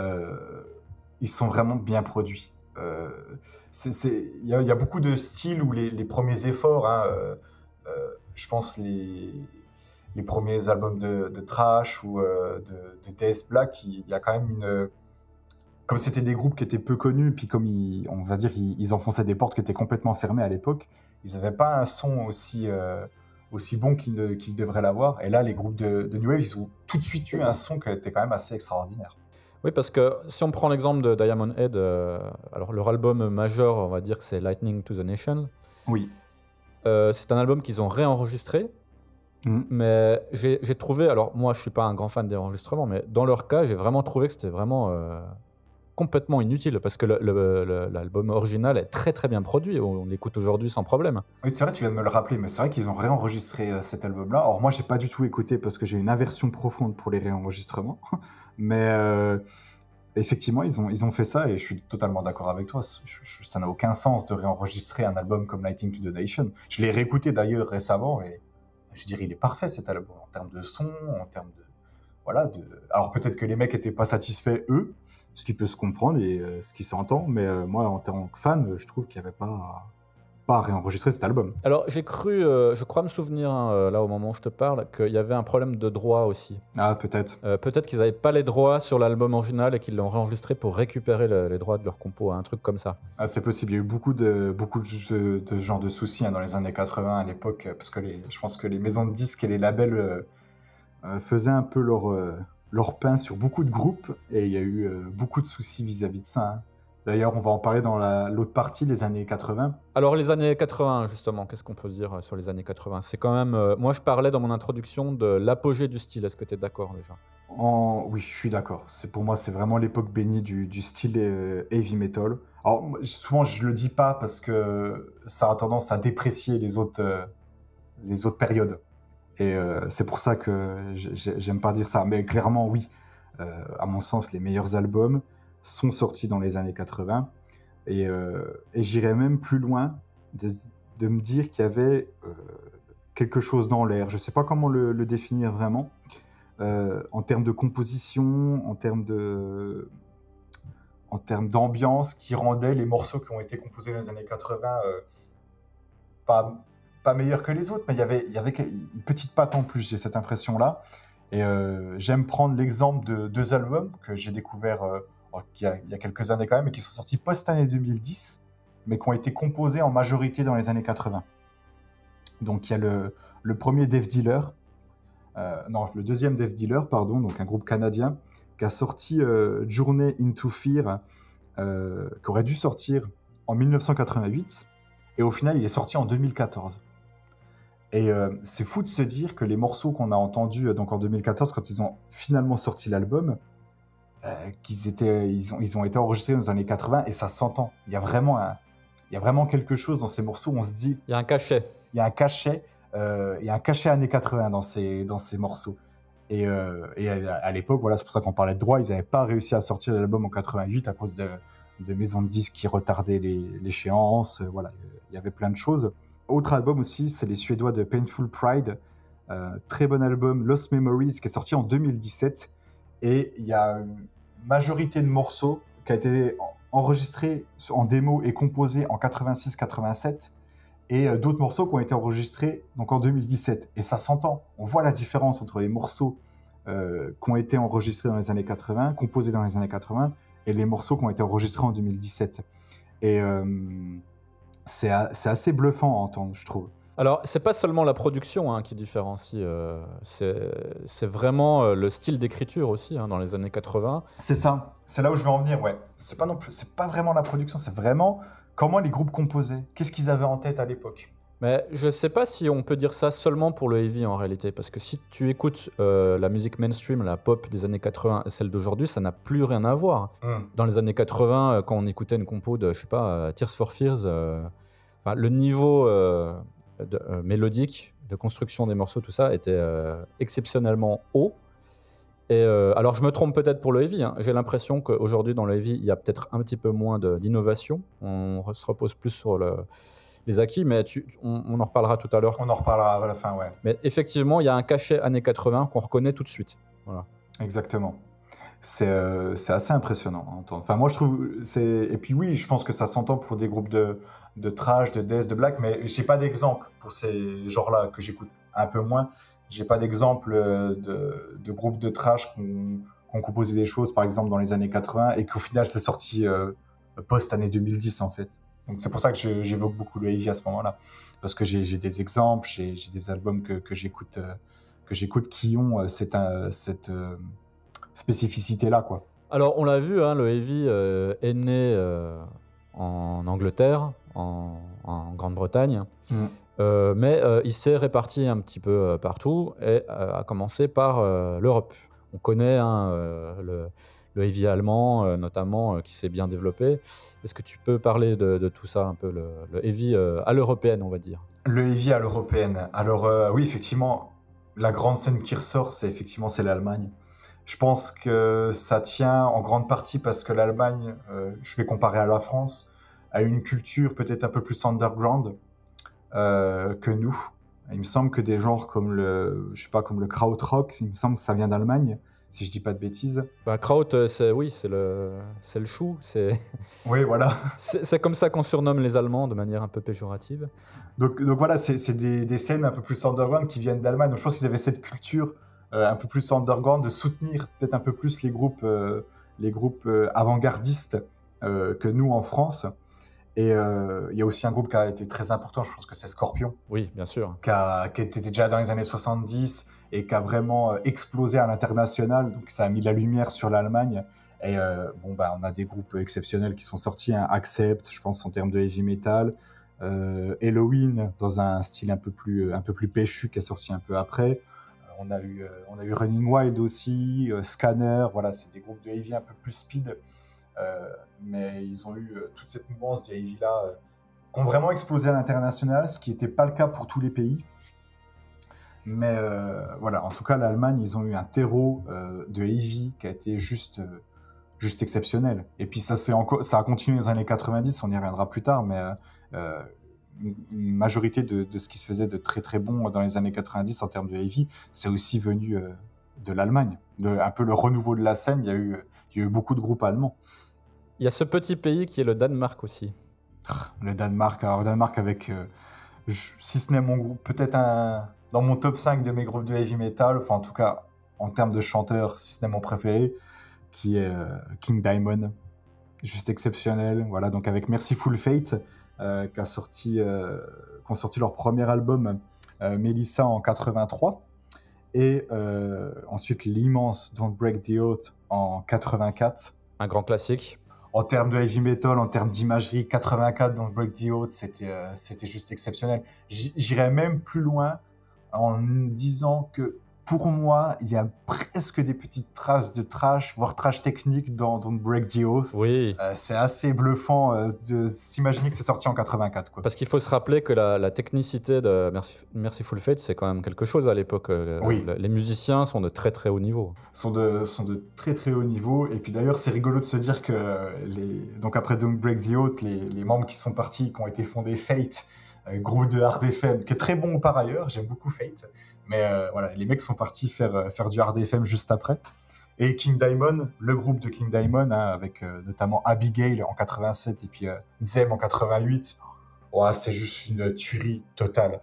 ils sont vraiment bien produits. Il y a beaucoup de styles où les premiers efforts, je pense les premiers albums de thrash ou de death black, il y a quand même comme c'était des groupes qui étaient peu connus, puis comme on va dire, ils enfonçaient des portes qui étaient complètement fermées à l'époque, ils n'avaient pas un son aussi bon qu'ils devraient l'avoir. Et là, les groupes de New Wave, ils ont tout de suite eu un son qui était quand même assez extraordinaire. Oui, parce que si on prend l'exemple de Diamond Head, alors leur album majeur, on va dire que c'est Lightning to the Nation. Oui. C'est un album qu'ils ont réenregistré. Mais j'ai trouvé, alors moi je suis pas un grand fan des enregistrements, mais dans leur cas j'ai vraiment trouvé que c'était vraiment complètement inutile, parce que l'album original est très très bien produit, on l'écoute aujourd'hui sans problème. Oui, c'est vrai, tu viens de me le rappeler, mais c'est vrai qu'ils ont réenregistré cet album-là. Alors moi j'ai pas du tout écouté parce que j'ai une aversion profonde pour les réenregistrements, mais effectivement ils ont fait ça et je suis totalement d'accord avec toi. Ça n'a aucun sens de réenregistrer un album comme Lightning to the Nation. Je l'ai réécouté d'ailleurs récemment et je dirais, il est parfait cet album, en termes de son, en termes de... Voilà, alors peut-être que les mecs n'étaient pas satisfaits, eux, ce qui peut se comprendre et ce qui s'entend, mais moi, en tant que fan, je trouve qu'il n'y avait pas à réenregistrer cet album. Alors j'ai cru, je crois me souvenir, là au moment où je te parle, qu'il y avait un problème de droit aussi. Ah, peut-être. Peut-être qu'ils n'avaient pas les droits sur l'album original et qu'ils l'ont réenregistré pour récupérer les droits de leur compo, un truc comme ça. Ah, c'est possible, il y a eu beaucoup de ce genre de soucis dans les années 80 à l'époque, parce que je pense que les maisons de disques et les labels faisaient un peu leur pain sur beaucoup de groupes, et il y a eu beaucoup de soucis vis-à-vis de ça. D'ailleurs, on va en parler dans l'autre partie, les années 80. Alors les années 80 justement, qu'est-ce qu'on peut dire sur les années 80? C'est quand même, moi je parlais dans mon introduction de l'apogée du style. Est-ce que tu es d'accord déjà? Oui, je suis d'accord. Pour moi, c'est vraiment l'époque bénie du style heavy metal. Alors, souvent, je le dis pas parce que ça a tendance à déprécier les autres périodes. Et c'est pour ça que j'aime pas dire ça. Mais clairement, oui. À mon sens, les meilleurs albums sont sortis dans les années 80. Et j'irais même plus loin de me dire qu'il y avait quelque chose dans l'air. Je sais pas comment le définir vraiment. En termes de composition, en termes d'ambiance, qui rendait les morceaux qui ont été composés dans les années 80 pas meilleurs que les autres, mais il y avait une petite patte en plus, j'ai cette impression-là. Et j'aime prendre l'exemple de 2 albums que j'ai découverts il y a quelques années quand même, et qui sont sortis post-année 2010, mais qui ont été composés en majorité dans les années 80. Donc il y a le premier Death Dealer, le deuxième Death Dealer, pardon, donc un groupe canadien, qui a sorti Journey into Fear, qui aurait dû sortir en 1988, et au final il est sorti en 2014. Et c'est fou de se dire que les morceaux qu'on a entendus donc en 2014, quand ils ont finalement sorti l'album, ils ont été enregistrés dans les années 80, et ça s'entend. Il y a vraiment quelque chose dans ces morceaux où on se dit... Il y a un cachet. Il y a un cachet années 80 dans ces morceaux. Et à l'époque, voilà, c'est pour ça qu'on parlait de droit, ils n'avaient pas réussi à sortir l'album en 88 à cause de maisons de disques qui retardaient l'échéance. Voilà, il y avait plein de choses. Autre album aussi, c'est les Suédois de Painful Pride. Très bon album, Lost Memories, qui est sorti en 2017. Et il y a une majorité de morceaux qui a été enregistrés en démo et composés en 86-87. Et d'autres morceaux qui ont été enregistrés donc en 2017. Et ça s'entend. On voit la différence entre les morceaux qui ont été enregistrés dans les années 80, composés dans les années 80, et les morceaux qui ont été enregistrés en 2017. Et c'est assez bluffant à entendre, je trouve. Alors, c'est pas seulement la production qui différencie, c'est vraiment le style d'écriture aussi dans les années 80. C'est ça, c'est là où je veux en venir, ouais. C'est pas vraiment la production, c'est vraiment comment les groupes composaient, qu'est-ce qu'ils avaient en tête à l'époque. Mais je sais pas si on peut dire ça seulement pour le heavy en réalité, parce que si tu écoutes la musique mainstream, la pop des années 80 et celle d'aujourd'hui, ça n'a plus rien à voir. Dans les années 80, quand on écoutait une compo de, je sais pas, Tears for Fears, le niveau mélodique, de construction des morceaux, tout ça, était exceptionnellement haut. Et alors, je me trompe peut-être pour le heavy. J'ai l'impression qu'aujourd'hui, dans le heavy, il y a peut-être un petit peu moins d'innovation. On se repose plus sur les acquis, mais on en reparlera tout à l'heure. On en reparlera à la fin, ouais. Mais effectivement, il y a un cachet années 80 qu'on reconnaît tout de suite. Voilà. Exactement. C'est assez impressionnant à entendre. Enfin, moi, je trouve... Et puis oui, je pense que ça s'entend pour des groupes de thrash, de death, de black, mais j'ai pas d'exemple pour ces genres-là que j'écoute un peu moins. J'ai pas d'exemple de groupes de trash qui ont composé des choses, par exemple, dans les années 80, et qu'au final, c'est sorti post-année 2010, en fait. Donc c'est pour ça que j'évoque beaucoup le heavy à ce moment-là. Parce que j'ai des exemples, j'ai des albums que j'écoute qui ont cette spécificité-là, quoi. Alors, on l'a vu, le heavy est né en Angleterre, en Grande-Bretagne. Mais il s'est réparti un petit peu partout, et a commencé par l'Europe. On connaît le heavy allemand, notamment, qui s'est bien développé. Est-ce que tu peux parler de tout ça, un peu, le heavy à l'européenne, on va dire? Le heavy à l'européenne. Alors, oui, effectivement, la grande scène qui ressort, c'est l'Allemagne. Je pense que ça tient en grande partie parce que l'Allemagne, je vais comparer à la France, a une culture peut-être un peu plus underground que nous. Il me semble que des genres comme le krautrock, il me semble que ça vient d'Allemagne, si je dis pas de bêtises. Kraut, c'est le chou. Oui, voilà. C'est comme ça qu'on surnomme les Allemands de manière un peu péjorative. Donc voilà, c'est des scènes un peu plus underground qui viennent d'Allemagne. Donc je pense qu'ils avaient cette culture un peu plus underground de soutenir peut-être un peu plus les groupes avant-gardistes que nous en France. Et il y a aussi un groupe qui a été très important, je pense que c'est Scorpion. Oui, bien sûr. Qui était déjà dans les années 70 et qui a vraiment explosé à l'international. Donc ça a mis la lumière sur l'Allemagne. Et on a des groupes exceptionnels qui sont sortis, hein, Accept, je pense en termes de heavy metal, Halloween dans un style un peu plus péchu qui est sorti un peu après. On a eu Running Wild aussi, Scanner, voilà, c'est des groupes de heavy un peu plus speed, mais ils ont eu toute cette mouvance de heavy là qui ont vraiment explosé à l'international, ce qui n'était pas le cas pour tous les pays. Mais voilà, en tout cas, l'Allemagne, ils ont eu un terreau de heavy qui a été juste exceptionnel. Et puis ça a continué dans les années 90, on y reviendra plus tard, mais une majorité de ce qui se faisait de très très bon dans les années 90 en termes de heavy, c'est aussi venu de l'Allemagne. Un peu le renouveau de la scène, il y a eu beaucoup de groupes allemands. Il y a ce petit pays qui est le Danemark aussi. Le Danemark, alors le Danemark avec, si ce n'est mon groupe, peut-être dans mon top 5 de mes groupes de heavy metal, enfin en tout cas en termes de chanteurs, si ce n'est mon préféré, qui est King Diamond, juste exceptionnel. Voilà, donc avec Merciful Fate, qui ont sorti leur premier album, Melissa, en 83, et ensuite l'immense Don't Break the Heart en 84. Un grand classique. En termes de heavy metal, en termes d'imagerie, 84 Don't Break the Heart, c'était juste exceptionnel. J'irais même plus loin en disant que pour moi, il y a presque des petites traces de trash, voire trash technique dans Don't Break the Oath. Oui. C'est assez bluffant de s'imaginer que c'est sorti en 84. Quoi. Parce qu'il faut se rappeler que la technicité de Merciful Fate, c'est quand même quelque chose à l'époque. Oui. Les musiciens sont de très très haut niveau. Sont de très très haut niveau. Et puis d'ailleurs, c'est rigolo de se dire que donc après Don't Break the Oath, les membres qui sont partis, qui ont été fondés Fate, groupe de hard FM, qui est très bon par ailleurs, j'aime beaucoup Fate, mais voilà, les mecs sont partis faire du hard FM juste après. Et King Diamond, le groupe de King Diamond, hein, avec notamment Abigail en 87 et puis Zem en 88, ouais, c'est juste une tuerie totale.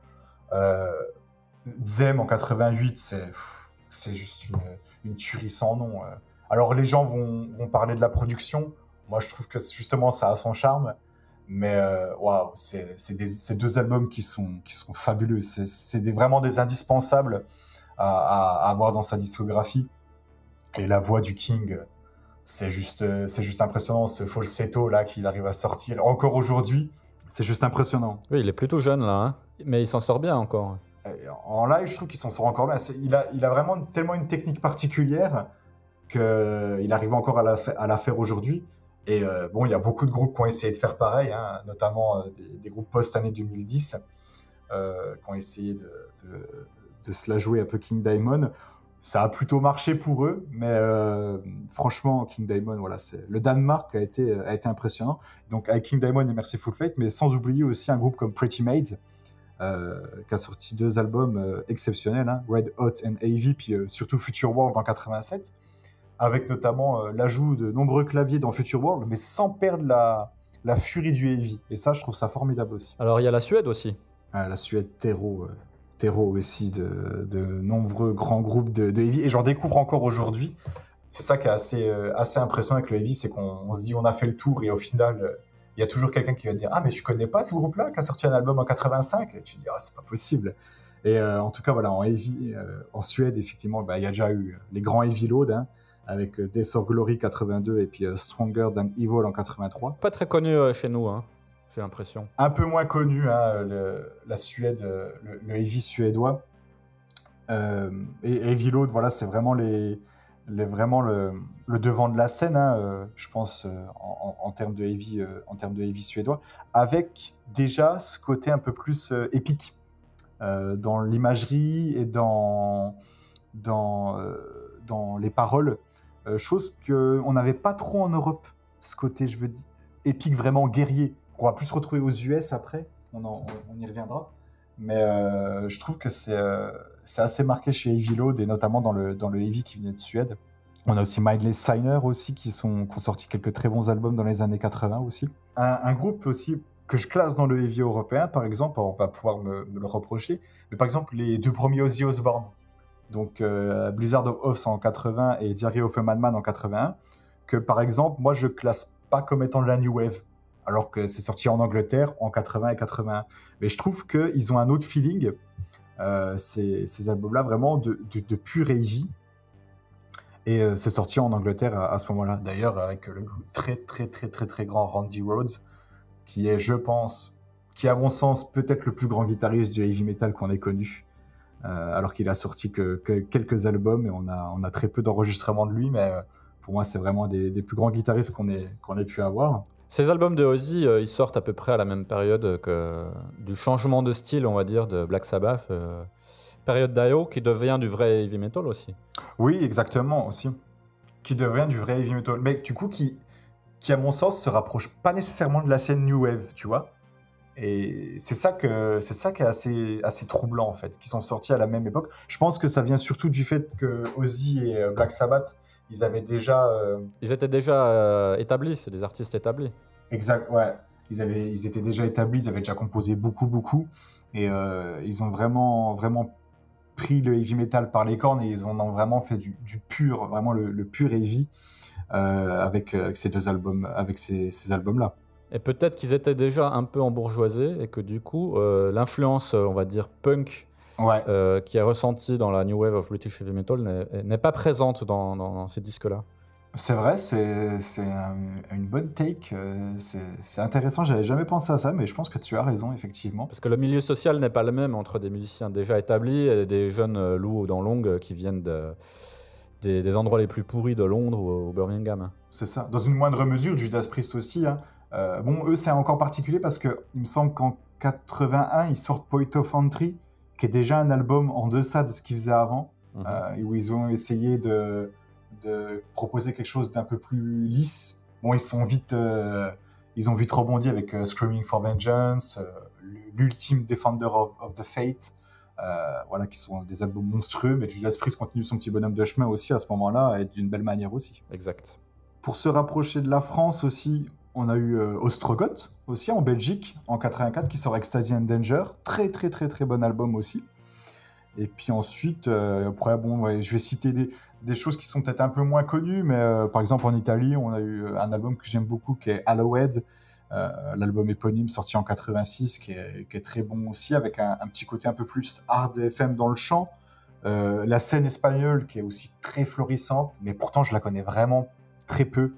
Zem en 88, c'est juste une tuerie sans nom. Alors les gens vont parler de la production, moi je trouve que justement ça a son charme. Mais waouh, c'est deux albums qui sont fabuleux. C'est vraiment des indispensables à avoir dans sa discographie. Et la voix du King, c'est juste impressionnant. Ce falsetto là qu'il arrive à sortir encore aujourd'hui, c'est juste impressionnant. Oui, il est plutôt jeune là, hein, mais il s'en sort bien encore. En live, je trouve qu'il s'en sort encore bien. Il a vraiment tellement une technique particulière qu'il arrive encore à la faire aujourd'hui. Et il y a beaucoup de groupes qui ont essayé de faire pareil, hein, notamment des groupes post-année 2010 qui ont essayé de se la jouer un peu King Diamond. Ça a plutôt marché pour eux, mais franchement, King Diamond, voilà, le Danemark a été impressionnant. Donc avec King Diamond et Merciful Fate, mais sans oublier aussi un groupe comme Pretty Maids, qui a sorti 2 albums exceptionnels, hein, Red Hot and Heavy, puis surtout Future World en 87. Avec notamment l'ajout de nombreux claviers dans Future World, mais sans perdre la furie du heavy. Et ça, je trouve ça formidable aussi. Alors, il y a la Suède aussi. La Suède, terreau aussi de nombreux grands groupes de heavy. Et j'en découvre encore aujourd'hui. C'est ça qui est assez impressionnant avec le heavy, c'est qu'on se dit on a fait le tour et au final, il y a toujours quelqu'un qui va dire « Ah, mais je connais pas ce groupe-là qui a sorti un album en 85 ?» Et tu te dis « Ah, c'est pas possible !» Et en tout cas, voilà, en heavy, en Suède, effectivement, il y a déjà eu les grands heavy loads, hein, avec Death or Glory 82 et puis Stronger Than Evil en 83. Pas très connu chez nous, hein, j'ai l'impression. Un peu moins connu, hein, la Suède, le heavy suédois. Et Heavy Load, voilà, c'est vraiment vraiment le devant de la scène, hein, je pense, en termes de heavy suédois, avec déjà ce côté un peu plus épique dans l'imagerie et dans les paroles. Chose qu'on n'avait pas trop en Europe, ce côté, je veux dire, épique, vraiment guerrier, qu'on va plus retrouver aux US après, on y reviendra. Mais je trouve que c'est assez marqué chez Heavy Load, et notamment dans le heavy qui venait de Suède. On a aussi Mindless Signer aussi, qui ont sorti quelques très bons albums dans les années 80 aussi. Un groupe aussi que je classe dans le heavy européen, par exemple, on va pouvoir me le reprocher, mais par exemple les 2 premiers Ozzy Osbourne, donc Blizzard of Oz en 80 et Diary of a Madman en 81, que par exemple, moi je classe pas comme étant de la New Wave, alors que c'est sorti en Angleterre en 80 et 81. Mais je trouve qu'ils ont un autre feeling, ces albums-là, vraiment de pur heavy. Et c'est sorti en Angleterre à ce moment-là. D'ailleurs, avec le très, très, très, très, très grand Randy Rhoads, qui est, je pense, qui est à mon sens peut-être le plus grand guitariste du heavy metal qu'on ait connu. Alors qu'il a sorti que quelques albums et on a très peu d'enregistrements de lui, mais pour moi, c'est vraiment des plus grands guitaristes qu'on ait pu avoir. Ces albums de Ozzy, ils sortent à peu près à la même période que du changement de style, on va dire, de Black Sabbath. Période d'Io qui devient du vrai heavy metal aussi. Oui, exactement, aussi. Qui devient du vrai heavy metal. Mais du coup, qui à mon sens, se rapproche pas nécessairement de la scène New Wave, tu vois. Et c'est ça qui est assez troublant, en fait, qui sont sortis à la même époque. Je pense que ça vient surtout du fait que Ozzy et Black Sabbath, ils avaient déjà... Ils étaient déjà établis, c'est des artistes établis. Exact, ouais. Ils étaient déjà établis, ils avaient déjà composé beaucoup. Et ils ont vraiment pris le heavy metal par les cornes et ils en ont vraiment fait du pur, vraiment le pur heavy avec ces deux albums, avec ces albums-là. Et peut-être qu'ils étaient déjà un peu embourgeoisés et que du coup, l'influence, on va dire, punk, qui est ressentie dans la New Wave of British Heavy Metal n'est pas présente dans ces disques-là. C'est vrai, c'est une bonne take. C'est intéressant, j'avais jamais pensé à ça, mais je pense que tu as raison, effectivement. Parce que le milieu social n'est pas le même entre des musiciens déjà établis et des jeunes loups aux dents longues qui viennent des endroits les plus pourris de Londres ou Birmingham. C'est ça. Dans une moindre mesure, Judas Priest aussi. Hein. Bon, eux, c'est encore particulier parce qu'il me semble qu'en 81, ils sortent Point of Entry, qui est déjà un album en deçà de ce qu'ils faisaient avant, où ils ont essayé de proposer quelque chose d'un peu plus lisse. Bon, ils ont vite rebondi avec Screaming for Vengeance, l'ultime Defender of the Fate, voilà, qui sont des albums monstrueux, mais Judas Priest continue son petit bonhomme de chemin aussi à ce moment-là, et d'une belle manière aussi. Exact. Pour se rapprocher de la France aussi, on a eu Ostrogoth, aussi en Belgique, en 84, qui sort Ecstasy and Danger. Très, très, très, très bon album aussi. Et puis ensuite, après, bon, ouais, je vais citer des choses qui sont peut-être un peu moins connues, mais par exemple en Italie, on a eu un album que j'aime beaucoup qui est Hallowed, l'album éponyme sorti en 86, qui est très bon aussi, avec un petit côté un peu plus hard FM dans le chant. La scène espagnole qui est aussi très florissante, mais pourtant je la connais vraiment très peu.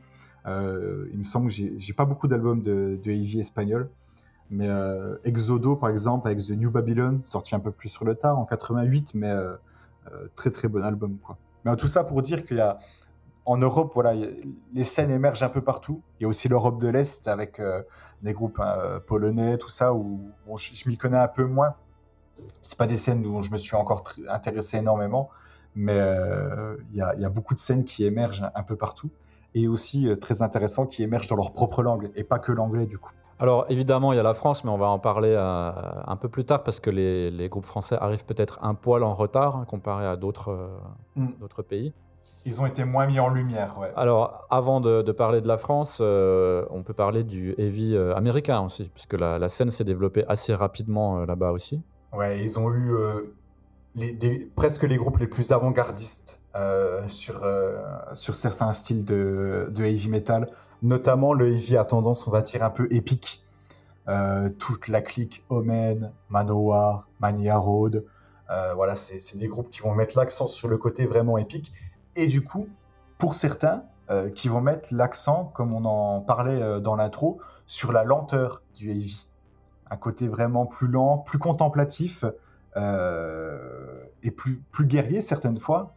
Il me semble que j'ai pas beaucoup d'albums de heavy espagnol. Mais Exodo, par exemple, avec The New Babylon, sorti un peu plus sur le tard, en 88, mais très très bon album, quoi. Mais tout ça pour dire qu'il y a, en Europe, voilà, les scènes émergent un peu partout. Il y a aussi l'Europe de l'Est, avec des groupes polonais, tout ça, où bon, je m'y connais un peu moins. C'est pas des scènes dont je me suis encore intéressé énormément, mais il y a beaucoup de scènes qui émergent un peu partout. Et aussi, très intéressant, qui émergent dans leur propre langue, et pas que l'anglais, du coup. Alors évidemment il y a la France, mais on va en parler un peu plus tard parce que les groupes français arrivent peut-être un poil en retard comparé à d'autres pays. Ils ont été moins mis en lumière, ouais. Alors avant de parler de la France, on peut parler du heavy américain aussi, puisque la scène s'est développée assez rapidement là-bas aussi. Ouais, ils ont eu presque les groupes les plus avant-gardistes sur certains styles de heavy metal. Notamment le heavy à tendance, on va dire, un peu épique. Toute la clique Omen, Manowar, Mania Road. Voilà, c'est des groupes qui vont mettre l'accent sur le côté vraiment épique. Et du coup, pour certains, qui vont mettre l'accent, comme on en parlait dans l'intro, sur la lenteur du heavy. Un côté vraiment plus lent, plus contemplatif, et plus guerrier certaines fois,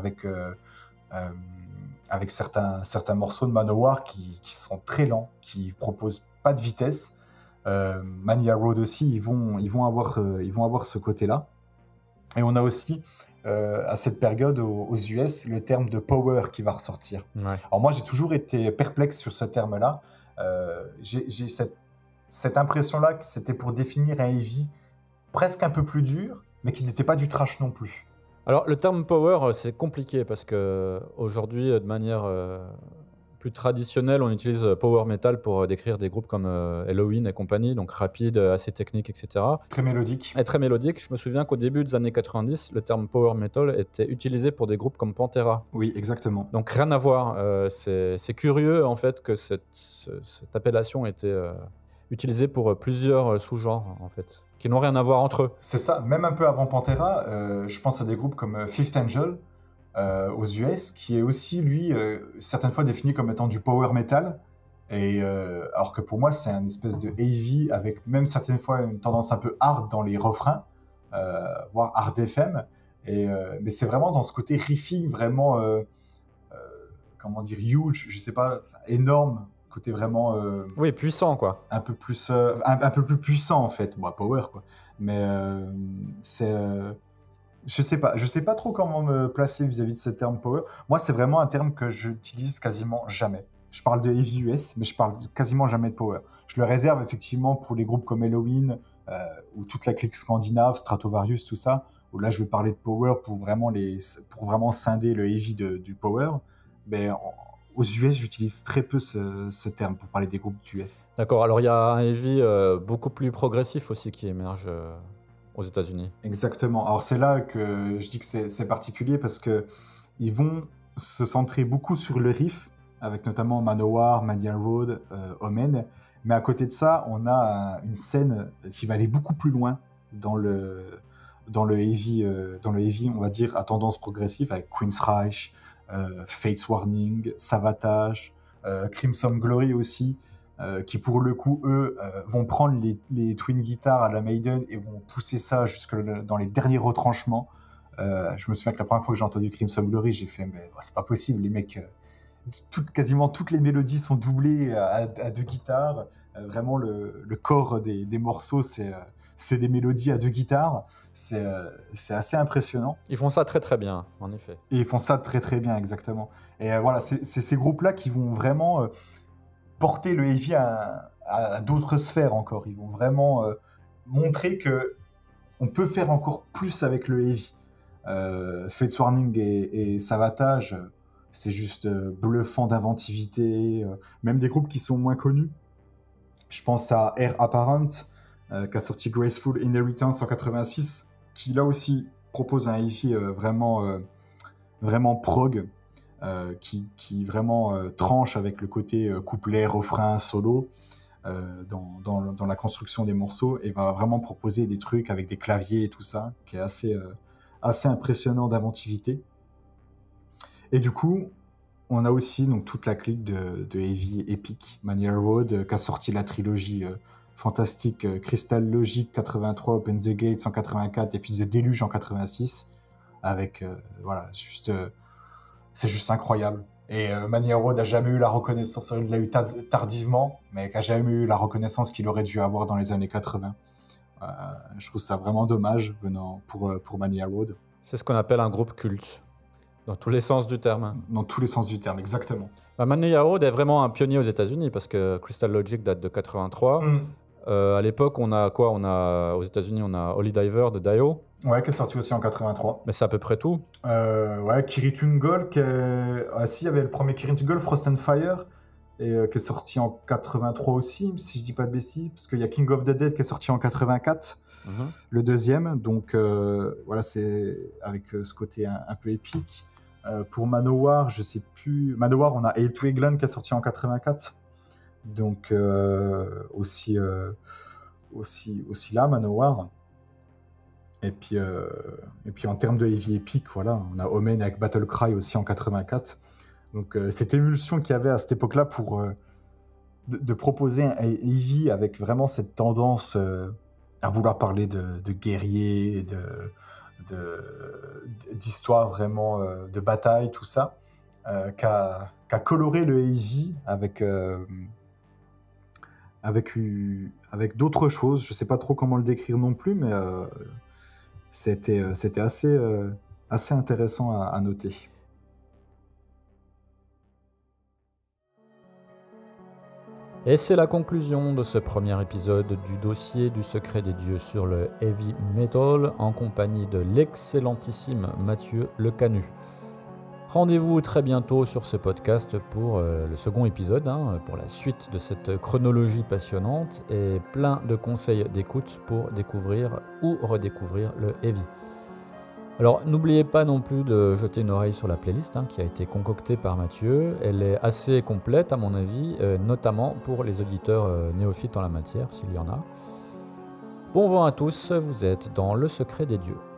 avec certains morceaux de Manowar qui sont très lents, qui proposent pas de vitesse. Mania Road aussi, ils vont avoir ce côté-là. Et on a aussi à cette période aux US le terme de power qui va ressortir. Ouais. Alors moi j'ai toujours été perplexe sur ce terme-là. J'ai cette impression-là que c'était pour définir un heavy presque un peu plus dur, mais qui n'était pas du trash non plus. Alors le terme power, c'est compliqué parce que aujourd'hui, de manière plus traditionnelle, on utilise power metal pour décrire des groupes comme Helloween et compagnie, donc rapide, assez technique, etc. Très mélodique. Et très mélodique. Je me souviens qu'au début des années 90, le terme power metal était utilisé pour des groupes comme Pantera. Oui, exactement. Donc rien à voir. C'est curieux en fait que cette appellation était utilisée pour plusieurs sous-genres en fait, qui n'ont rien à voir entre eux. C'est ça. Même un peu avant Pantera, je pense à des groupes comme Fifth Angel, aux US, qui est aussi, lui, certaines fois défini comme étant du power metal. Et alors que pour moi, c'est un espèce de heavy avec même certaines fois une tendance un peu hard dans les refrains, voire hard FM. Mais c'est vraiment dans ce côté riffing vraiment, comment dire, huge, je sais pas, énorme, côté vraiment Oui, puissant, quoi. un peu plus, un peu plus puissant en fait. Bon, power quoi. Mais c'est, je sais pas trop comment me placer vis-à-vis de ce terme power. Moi, c'est vraiment un terme que j'utilise quasiment jamais. Je parle de heavy US, mais je parle quasiment jamais de power. Je le réserve effectivement pour les groupes comme Helloween ou toute la clique scandinave, Stratovarius, tout ça. Où là, je vais parler de power pour vraiment scinder le heavy du power. Mais aux US, j'utilise très peu ce terme pour parler des groupes US. D'accord, alors il y a un heavy beaucoup plus progressif aussi qui émerge aux États-Unis. Exactement. Alors c'est là que je dis que c'est particulier parce que ils vont se centrer beaucoup sur le riff, avec notamment Manowar, Mania Road, Omen. Mais à côté de ça, on a une scène qui va aller beaucoup plus loin dans le heavy, on va dire, à tendance progressive, avec Queensryche, Fates Warning, Savatage, Crimson Glory aussi, qui pour le coup, eux, vont prendre les twin guitares à la Maiden et vont pousser ça jusque dans les derniers retranchements. Je me souviens que la première fois que j'ai entendu Crimson Glory, j'ai fait, mais c'est pas possible, les mecs, quasiment toutes les mélodies sont doublées à deux guitares. Vraiment, le corps des morceaux, c'est des mélodies à deux guitares. C'est assez impressionnant. Ils font ça très très bien, en effet. Et ils font ça très très bien, exactement. Et voilà, c'est ces groupes-là qui vont vraiment porter le heavy à d'autres sphères encore. Ils vont vraiment montrer que on peut faire encore plus avec le heavy. Fates Warning et Savatage, c'est juste bluffant d'inventivité. Même des groupes qui sont moins connus. Je pense à Air Apparent, qui a sorti Graceful Inheritance en 86, qui là aussi propose un heavy vraiment prog, qui vraiment tranche avec le côté couplet, refrain, solo dans la construction des morceaux, et va vraiment proposer des trucs avec des claviers et tout ça, qui est assez impressionnant d'inventivité. Et du coup, on a aussi donc toute la clique de heavy epic, Mania Road, qui a sorti la trilogie fantastique Crystal Logic 83, Open the Gates en 84 et puis The Deluge en 86, avec voilà, c'est juste incroyable. Et Mania Road a jamais eu la reconnaissance, il l'a eu tardivement, mais n'a jamais eu la reconnaissance qu'il aurait dû avoir dans les années 80. Je trouve ça vraiment dommage venant pour Mania Road. C'est ce qu'on appelle un groupe culte, dans tous les sens du terme. Dans tous les sens du terme, exactement. Mania Road est vraiment un pionnier aux États-Unis parce que Crystal Logic date de 83. À l'époque, on a quoi? Aux États-Unis, on a Holy Diver de Dio. Ouais, qui est sorti aussi en 83. Mais c'est à peu près tout. Ouais, Kiritun Gold, il y avait le premier Kiritun Gold, Frost and Fire, qui est sorti en 83 aussi, si je dis pas de bêtises, parce qu'il y a King of the Dead qui est sorti en 84, le deuxième. Donc voilà, c'est avec ce côté un peu épique. Pour Manowar, je sais plus. Manowar, on a Hail to England qui est sorti en 84. Donc aussi là, Manowar. Et puis en termes de heavy epic, voilà, on a Omen avec Battle Cry aussi en 84. Donc cette émulsion qu'il y avait à cette époque-là pour de proposer un heavy avec vraiment cette tendance à vouloir parler de guerriers, d'histoire vraiment, de bataille, tout ça, qu'a coloré le heavy avec d'autres choses. Je sais pas trop comment le décrire non plus, mais c'était assez intéressant à noter. Et c'est la conclusion de ce premier épisode du dossier du secret des dieux sur le heavy metal en compagnie de l'excellentissime Mathieu Lecanu. Rendez-vous très bientôt sur ce podcast pour le second épisode, pour la suite de cette chronologie passionnante et plein de conseils d'écoute pour découvrir ou redécouvrir le heavy. Alors n'oubliez pas non plus de jeter une oreille sur la playlist qui a été concoctée par Mathieu. Elle est assez complète à mon avis, notamment pour les auditeurs néophytes en la matière, s'il y en a. Bon vent à tous, vous êtes dans le secret des dieux.